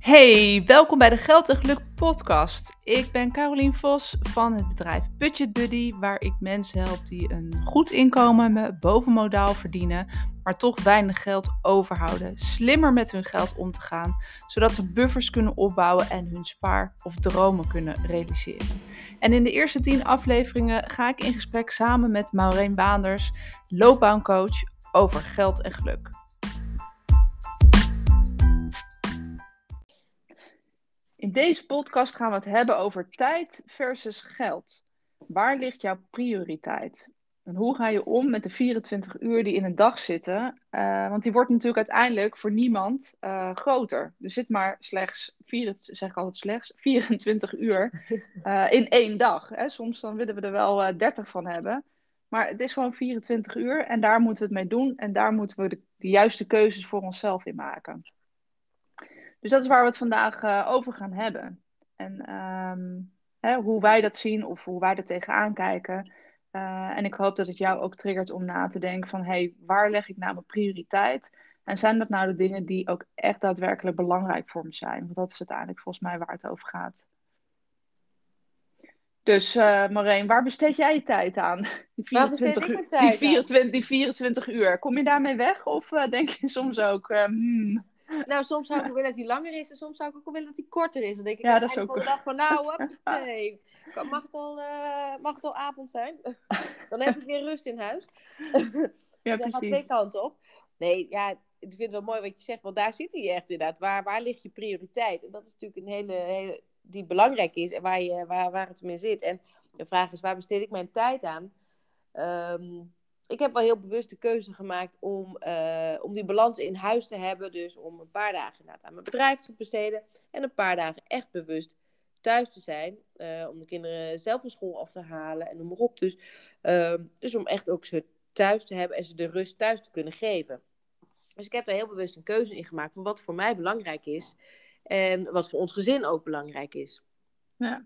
Hey, welkom bij de Geld en Geluk podcast. Ik ben Carolien Vos van het bedrijf Budget Buddy, waar ik mensen help die een goed inkomen hebben, bovenmodaal verdienen, maar toch weinig geld overhouden. Slimmer met hun geld om te gaan, zodat ze buffers kunnen opbouwen en hun spaar- of dromen kunnen realiseren. En in de eerste 10 afleveringen ga ik in gesprek samen met Maureen Baanders, loopbaancoach, over geld en geluk. In deze podcast gaan we het hebben over tijd versus geld. Waar ligt jouw prioriteit? En hoe ga je om met de 24 uur die in een dag zitten? Want die wordt natuurlijk uiteindelijk voor niemand groter. Er zit maar slechts, zeg ik altijd slechts, 24 uur in één dag. Hè? Soms dan willen we er wel 30 van hebben. Maar het is gewoon 24 uur en daar moeten we het mee doen. En daar moeten we de juiste keuzes voor onszelf in maken. Dus dat is waar we het vandaag over gaan hebben. En hoe wij dat zien of hoe wij er tegenaan kijken. En ik hoop dat het jou ook triggert om na te denken van... hey, waar leg ik nou mijn prioriteit? En zijn dat nou de dingen die ook echt daadwerkelijk belangrijk voor me zijn? Want dat is uiteindelijk volgens mij waar het over gaat. Dus Maureen, waar besteed jij je tijd aan? Die 24 uur, die 24 uur. Kom je daarmee weg? Of denk je soms ook... Nou, soms zou ik ook willen dat hij langer is en soms zou ik ook willen dat hij korter is. Dan denk ik Ja, aan dat het is einde ook... van de dag van, nou, hoppatee. Mag het al avond zijn? Dan heb ik weer rust in huis. Ja, Dus hij gaat twee precies. kanten op. Nee, ja, ik vind het wel mooi wat je zegt, want daar zit hij echt inderdaad. Waar ligt je prioriteit? En dat is natuurlijk een hele die belangrijk is en waar het mee zit. En de vraag is, waar besteed ik mijn tijd aan? Ik heb wel heel bewust de keuze gemaakt om die balans in huis te hebben. Dus om een paar dagen inderdaad aan mijn bedrijf te besteden. En een paar dagen echt bewust thuis te zijn. Om de kinderen zelf van school af te halen en noem maar op. Dus om echt ook ze thuis te hebben en ze de rust thuis te kunnen geven. Dus ik heb daar heel bewust een keuze in gemaakt van wat voor mij belangrijk is. En wat voor ons gezin ook belangrijk is. Ja.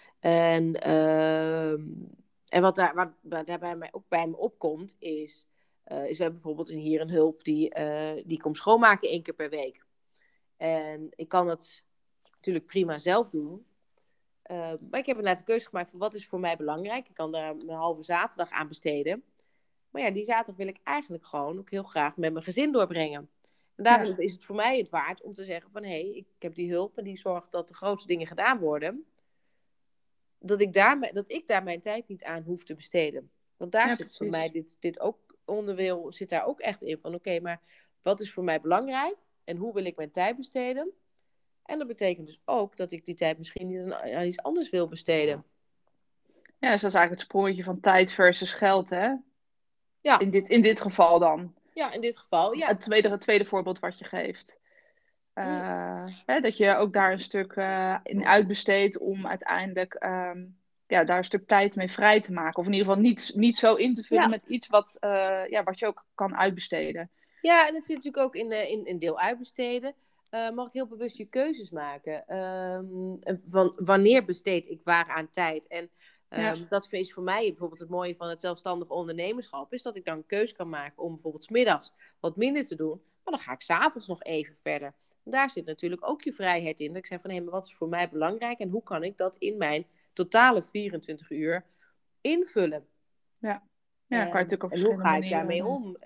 En wat daar bij me opkomt, is we hebben bijvoorbeeld hier een hulp die komt schoonmaken 1 keer per week. En ik kan het natuurlijk prima zelf doen. Maar ik heb inderdaad de keuze gemaakt van wat is voor mij belangrijk. Ik kan daar een halve zaterdag aan besteden. Maar ja, die zaterdag wil ik eigenlijk gewoon ook heel graag met mijn gezin doorbrengen. En daarom is het voor mij het waard om te zeggen van... hé, ik heb die hulp en die zorgt dat de grootste dingen gedaan worden... Dat ik daar mijn tijd niet aan hoef te besteden. Want daar zit voor mij dit ook onderdeel, zit daar ook echt in. Van oké, maar wat is voor mij belangrijk? En hoe wil ik mijn tijd besteden? En dat betekent dus ook dat ik die tijd misschien niet aan iets anders wil besteden. Ja, dus dat is eigenlijk het sprongetje van tijd versus geld, hè? Ja. In dit geval dan. Ja, in dit geval, ja. Het tweede voorbeeld wat je geeft. Dat je ook daar een stuk in uitbesteedt om uiteindelijk daar een stuk tijd mee vrij te maken. Of in ieder geval niet zo in te vullen met iets wat je ook kan uitbesteden. Ja, en het zit natuurlijk ook in deel uitbesteden. Mag ik heel bewust je keuzes maken. Van wanneer besteed ik waar aan tijd? En dat is voor mij bijvoorbeeld het mooie van het zelfstandig ondernemerschap. Is dat ik dan een keuze kan maken om bijvoorbeeld 's middags wat minder te doen. Maar dan ga ik 's avonds nog even verder. En daar zit natuurlijk ook je vrijheid in. Dat ik zeg van, hé, maar wat is voor mij belangrijk? En hoe kan ik dat in mijn totale 24 uur invullen? Ja. Ja, kan je natuurlijk op en hoe ga ik manieren daarmee om?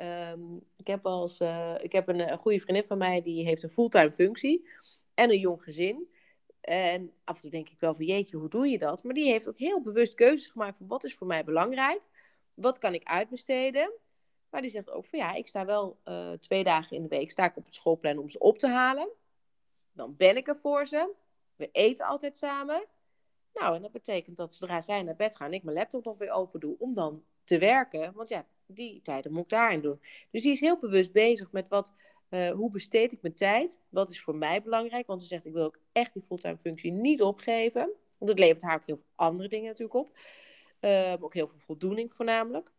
Ik heb een goede vriendin van mij, die heeft een fulltime functie en een jong gezin. En af en toe denk ik wel van jeetje, hoe doe je dat? Maar die heeft ook heel bewust keuzes gemaakt van wat is voor mij belangrijk? Wat kan ik uitbesteden? Maar die zegt ook van ja, ik sta wel 2 dagen in de week sta ik op het schoolplein om ze op te halen. Dan ben ik er voor ze. We eten altijd samen. Nou, en dat betekent dat zodra zij naar bed gaan, ik mijn laptop nog weer open doe om dan te werken. Want ja, die tijden moet ik daarin doen. Dus die is heel bewust bezig met hoe besteed ik mijn tijd? Wat is voor mij belangrijk? Want ze zegt, ik wil ook echt die fulltime functie niet opgeven. Want het levert haar ook heel veel andere dingen natuurlijk op. Ook heel veel voldoening voornamelijk.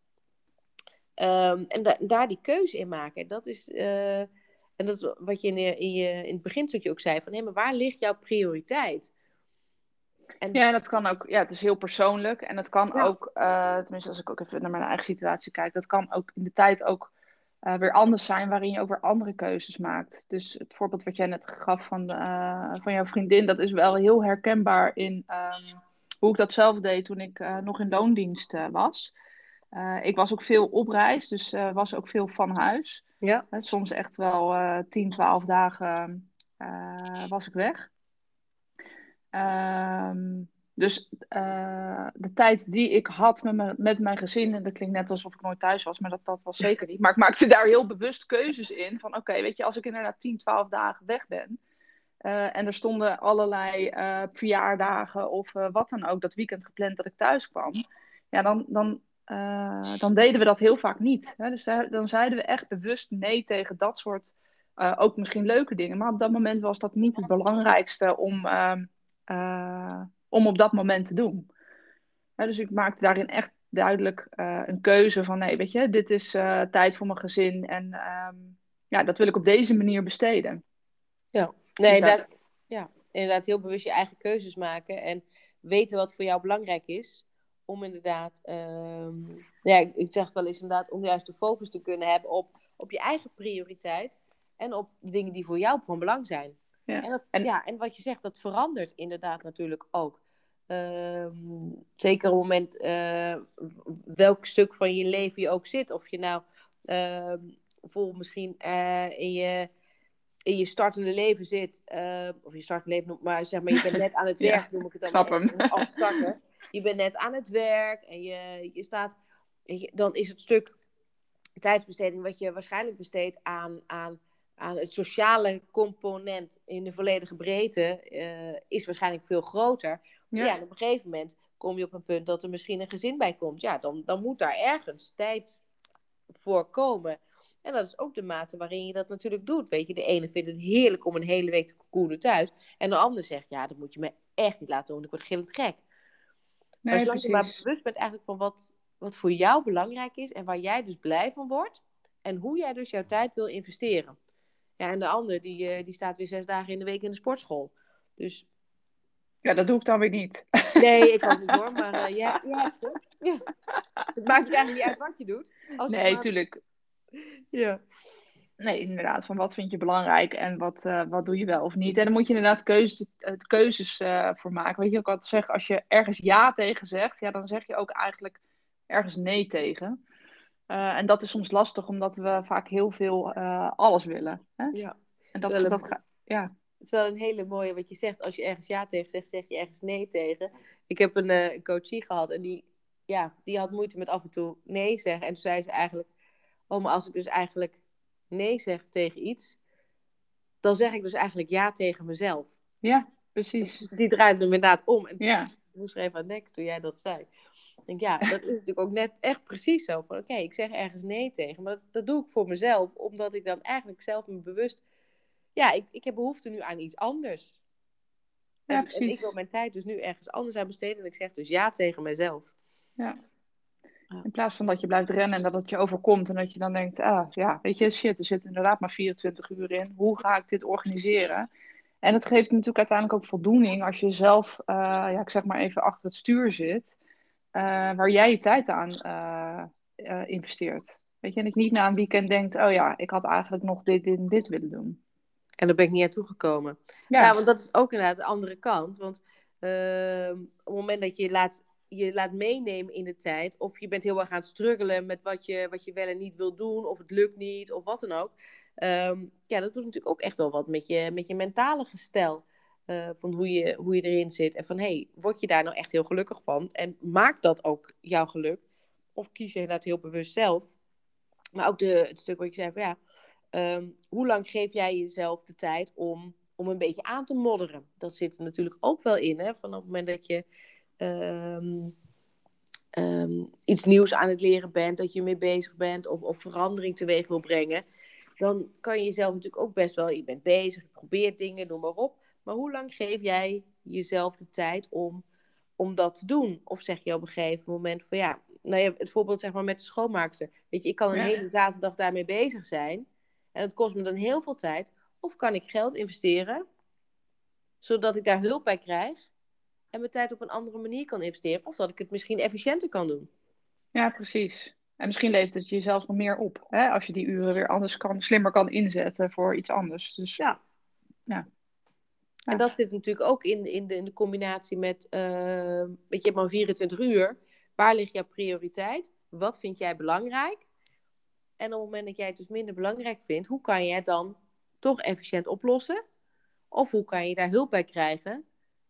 En daar die keuze in maken. Dat is... en dat is wat je in het beginstukje ook zei. Van, hé, maar waar ligt jouw prioriteit? Ja, en dat kan ook, het is heel persoonlijk. En dat kan ook, tenminste als ik ook even naar mijn eigen situatie kijk, dat kan ook in de tijd ook weer anders zijn, waarin je ook weer andere keuzes maakt. Dus het voorbeeld wat jij net gaf van jouw vriendin, dat is wel heel herkenbaar in hoe ik dat zelf deed toen ik nog in loondienst was. Ik was ook veel op reis, dus was ook veel van huis. Ja. Soms echt wel 10, 12 dagen was ik weg. Dus de tijd die ik had met mijn gezin, en dat klinkt net alsof ik nooit thuis was, maar dat was zeker niet. Maar ik maakte daar heel bewust keuzes in. Van oké, weet je, als ik inderdaad 10, 12 dagen weg ben. En er stonden allerlei verjaardagen of wat dan ook, dat weekend gepland dat ik thuis kwam. Ja, dan deden we dat heel vaak niet. Hè? Dus dan zeiden we echt bewust nee tegen dat soort, ook misschien leuke dingen. Maar op dat moment was dat niet het belangrijkste om op dat moment te doen. Dus ik maakte daarin echt duidelijk een keuze van nee, weet je, dit is tijd voor mijn gezin en ja, dat wil ik op deze manier besteden. Ja, Dus inderdaad heel bewust je eigen keuzes maken en weten wat voor jou belangrijk is. Om inderdaad, ik zeg wel eens inderdaad, om juist de focus te kunnen hebben op je eigen prioriteit en op de dingen die voor jou van belang zijn. En wat je zegt, dat verandert inderdaad natuurlijk ook. Zeker op het moment welk stuk van je leven je ook zit. Of je nou bijvoorbeeld misschien in je startende leven zit. Of je startende leven, maar zeg maar, je bent net aan het werk, noem ik het dan snap maar hem. als starter. Je bent net aan het werk en je staat, dan is het stuk tijdsbesteding wat je waarschijnlijk besteedt aan het sociale component in de volledige breedte is waarschijnlijk veel groter. Ja, en op een gegeven moment kom je op een punt dat er misschien een gezin bij komt. Ja, dan moet daar ergens tijd voor komen. En dat is ook de mate waarin je dat natuurlijk doet. Weet je, de ene vindt het heerlijk om een hele week te cocoonen thuis. En de ander zegt, ja, dat moet je me echt niet laten doen. Ik word gillend gek. Nee, maar zolang precies. je maar bewust bent eigenlijk van wat voor jou belangrijk is. En waar jij dus blij van wordt. En hoe jij dus jouw tijd wil investeren. Ja, en de ander die staat weer 6 dagen in de week in de sportschool. Dus... Ja, dat doe ik dan weer niet. Nee, ik ook niet hoor. Maar je hebt ze. Ja. Het maakt je eigenlijk niet uit wat je doet. Nee, tuurlijk. Ja. Nee, inderdaad. Van wat vind je belangrijk en wat doe je wel of niet. En dan moet je inderdaad keuzes voor maken. Weet je, ook altijd zeggen, als je ergens ja tegen zegt, ja, dan zeg je ook eigenlijk ergens nee tegen. En dat is soms lastig, omdat we vaak heel veel alles willen. Hè? Ja. En Het is wel een hele mooie wat je zegt. Als je ergens ja tegen zegt, zeg je ergens nee tegen. Ik heb een coachie gehad en die had moeite met af en toe nee zeggen. En toen zei ze eigenlijk, oh, maar als ik dus eigenlijk nee zeg tegen iets, dan zeg ik dus eigenlijk ja tegen mezelf. Ja, precies. Die draaide hem inderdaad om. En ja. ik moest er even aan denken toen jij dat zei. Ik denk, ja, dat is natuurlijk ook net echt precies zo. Van oké, ik zeg ergens nee tegen. Maar dat doe ik voor mezelf. Omdat ik dan eigenlijk zelf me bewust... Ja, ik heb behoefte nu aan iets anders. Ja, precies. En ik wil mijn tijd dus nu ergens anders aan besteden. En ik zeg dus ja tegen mezelf. Ja. In plaats van dat je blijft rennen en dat het je overkomt. En dat je dan denkt, ja, weet je, shit, er zit inderdaad maar 24 uur in. Hoe ga ik dit organiseren? En het geeft natuurlijk uiteindelijk ook voldoening als je zelf, ik zeg maar even achter het stuur zit. Waar jij je tijd aan investeert. Weet je, en ik niet na een weekend denkt, oh ja, ik had eigenlijk nog dit willen doen. En daar ben ik niet aan toegekomen. Ja, want dat is ook inderdaad de andere kant. Want op het moment dat je laat meenemen in de tijd, of je bent heel erg aan het struggelen met wat je wel en niet wil doen, of het lukt niet, of wat dan ook. Dat doet natuurlijk ook echt wel wat met je mentale gestel. Van hoe je erin zit. En van, word je daar nou echt heel gelukkig van? En maakt dat ook jouw geluk? Of kies je inderdaad heel bewust zelf? Maar ook het stuk wat je zei van, hoe lang geef jij jezelf de tijd om een beetje aan te modderen? Dat zit er natuurlijk ook wel in, hè? Van op het moment dat je iets nieuws aan het leren bent, dat je mee bezig bent of verandering teweeg wil brengen, dan kan je jezelf natuurlijk ook best wel, je bent bezig, je probeert dingen, noem maar op. Maar hoe lang geef jij jezelf de tijd om dat te doen? Of zeg je op een gegeven moment van het voorbeeld zeg maar met de schoonmaakster. Weet je, ik kan een hele zaterdag daarmee bezig zijn. En het kost me dan heel veel tijd. Of kan ik geld investeren, zodat ik daar hulp bij krijg. En mijn tijd op een andere manier kan investeren. Of dat ik het misschien efficiënter kan doen. Ja, precies. En misschien levert het je zelfs nog meer op. Hè? Als je die uren weer slimmer kan inzetten voor iets anders. Dus Ja. ja. En Ja. dat zit natuurlijk ook in de combinatie met, je hebt maar 24 uur. Waar ligt jouw prioriteit? Wat vind jij belangrijk? En op het moment dat jij het dus minder belangrijk vindt, hoe kan je het dan toch efficiënt oplossen? Of hoe kan je daar hulp bij krijgen?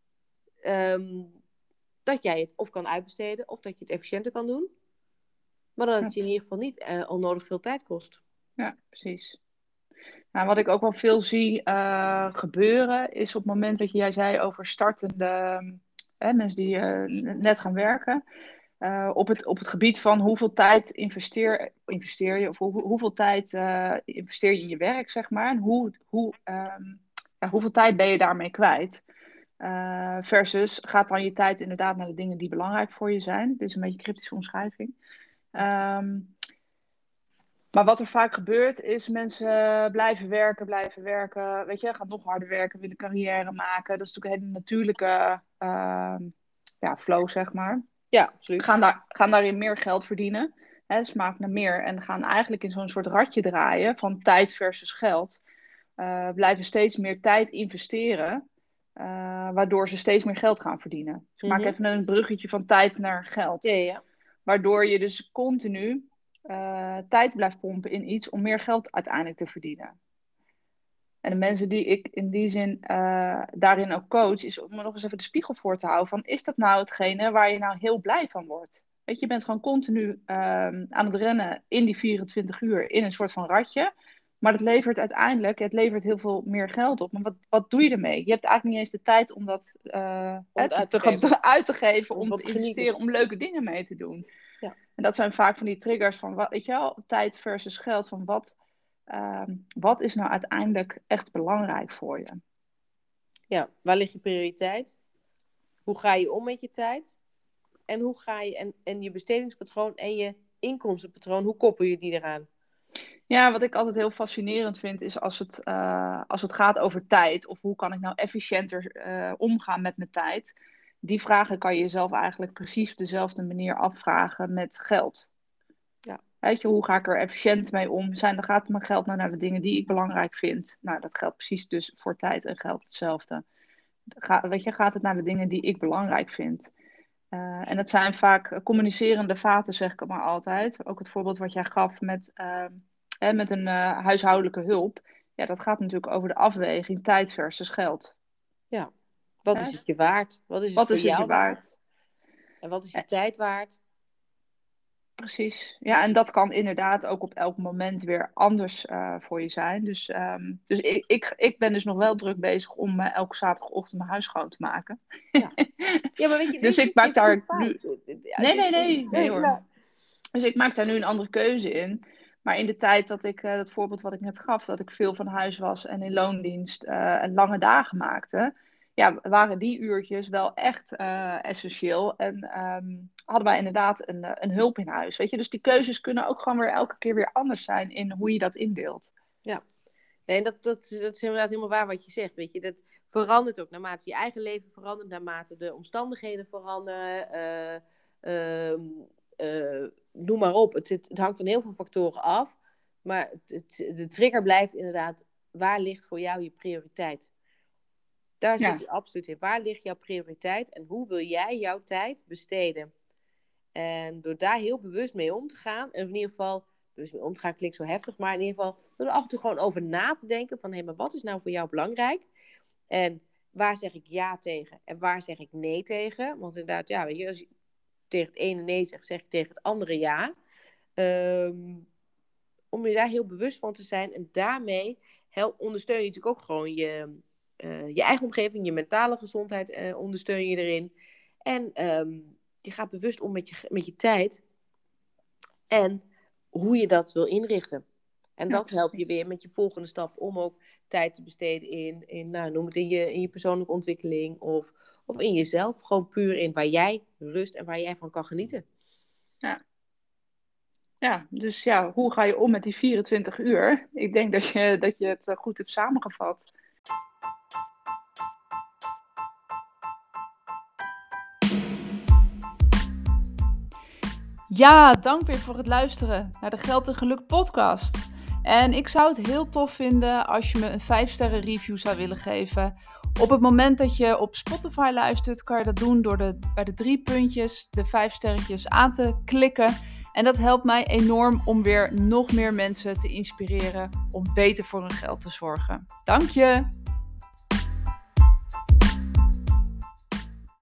Dat jij het of kan uitbesteden, of dat je het efficiënter kan doen. Maar dat het je in ieder geval niet onnodig veel tijd kost. Ja, precies. Nou, wat ik ook wel veel zie gebeuren, is op het moment dat jij zei over startende mensen die net gaan werken. Op het gebied van hoeveel tijd investeer je, of hoeveel tijd investeer je in je werk, zeg maar. En hoeveel tijd ben je daarmee kwijt? Versus gaat dan je tijd inderdaad naar de dingen die belangrijk voor je zijn. Dit is een beetje een cryptische omschrijving. Maar wat er vaak gebeurt is mensen blijven werken. Weet je, gaan nog harder werken, willen carrière maken. Dat is natuurlijk een hele natuurlijke flow, zeg maar. Ja, absoluut. Gaan daarin meer geld verdienen. Hè, smaak naar meer. En gaan eigenlijk in zo'n soort ratje draaien van tijd versus geld. Blijven steeds meer tijd investeren. Waardoor ze steeds meer geld gaan verdienen. Dus ik maak even een bruggetje van tijd naar geld. Ja. Waardoor je dus continu tijd blijft pompen in iets om meer geld uiteindelijk te verdienen. En de mensen die ik in die zin daarin ook coach, is om me nog eens even de spiegel voor te houden van, is dat nou hetgene waar je nou heel blij van wordt? Weet je, je bent gewoon continu aan het rennen in die 24 uur in een soort van ratje. Maar het levert heel veel meer geld op. Maar wat doe je ermee? Je hebt eigenlijk niet eens de tijd om dat uit te geven, om te investeren, om leuke dingen mee te doen. Ja. En dat zijn vaak van die triggers van, weet je wel, tijd versus geld. Van wat is nou uiteindelijk echt belangrijk voor je? Ja, waar ligt je prioriteit? Hoe ga je om met je tijd? En hoe ga je en je bestedingspatroon en je inkomstenpatroon, hoe koppel je die eraan? Ja, wat ik altijd heel fascinerend vind, is als het gaat over tijd, of hoe kan ik nou efficiënter omgaan met mijn tijd. Die vragen kan je jezelf eigenlijk precies op dezelfde manier afvragen met geld. Ja. Weet je, hoe ga ik er efficiënt mee om? Dan gaat mijn geld nou naar de dingen die ik belangrijk vind. Nou, dat geldt precies dus voor tijd en geld hetzelfde. Gaat het naar de dingen die ik belangrijk vind? En dat zijn vaak communicerende vaten, zeg ik maar altijd. Ook het voorbeeld wat jij gaf met een huishoudelijke hulp. Ja, dat gaat natuurlijk over de afweging tijd versus geld. Ja. Wat is het je waard? Wat is het voor jou waard? En wat is je tijd waard? Precies. Ja, en dat kan inderdaad ook op elk moment weer anders voor je zijn. Dus ik ben dus nog wel druk bezig om elke zaterdagochtend mijn huis schoon te maken. Ja, maar weet je, dus ik maak daar nu... Nee hoor. Nou... Dus ik maak daar nu een andere keuze in. Maar in de tijd dat ik, dat voorbeeld wat ik net gaf, dat ik veel van huis was en in loondienst en lange dagen maakte, ja, waren die uurtjes wel echt essentieel. En hadden wij inderdaad een hulp in huis. Weet je? Dus die keuzes kunnen ook gewoon weer elke keer weer anders zijn in hoe je dat indeelt. Ja, nee, dat is inderdaad helemaal waar wat je zegt. Weet je, dat verandert ook naarmate je eigen leven verandert, naarmate de omstandigheden veranderen. Noem maar op. Het hangt van heel veel factoren af. Maar de trigger blijft inderdaad, waar ligt voor jou je prioriteit? Daar zit hij absoluut in. Waar ligt jouw prioriteit en hoe wil jij jouw tijd besteden? En door daar heel bewust mee om te gaan, en in ieder geval, bewust mee om te gaan klinkt zo heftig, maar in ieder geval door er af en toe gewoon over na te denken van, hé, maar wat is nou voor jou belangrijk? En waar zeg ik ja tegen en waar zeg ik nee tegen? Want inderdaad, ja, weet je, als je tegen het ene nee zegt, zeg je tegen het andere ja. Om je daar heel bewust van te zijn en daarmee ondersteun je natuurlijk ook gewoon je eigen omgeving, je mentale gezondheid ondersteun je erin. En je gaat bewust om met je tijd en hoe je dat wil inrichten. En dat helpt je weer met je volgende stap om ook tijd te besteden in noem het in je persoonlijke ontwikkeling of in jezelf. Gewoon puur in waar jij rust en waar jij van kan genieten. Ja, dus ja, hoe ga je om met die 24 uur? Ik denk dat je het goed hebt samengevat. Ja, dank weer voor het luisteren naar de Geld en Geluk podcast. En ik zou het heel tof vinden als je me een 5-sterren review zou willen geven. Op het moment dat je op Spotify luistert, kan je dat doen door bij de 3 puntjes de 5 sterretjes aan te klikken. En dat helpt mij enorm om weer nog meer mensen te inspireren om beter voor hun geld te zorgen. Dank je!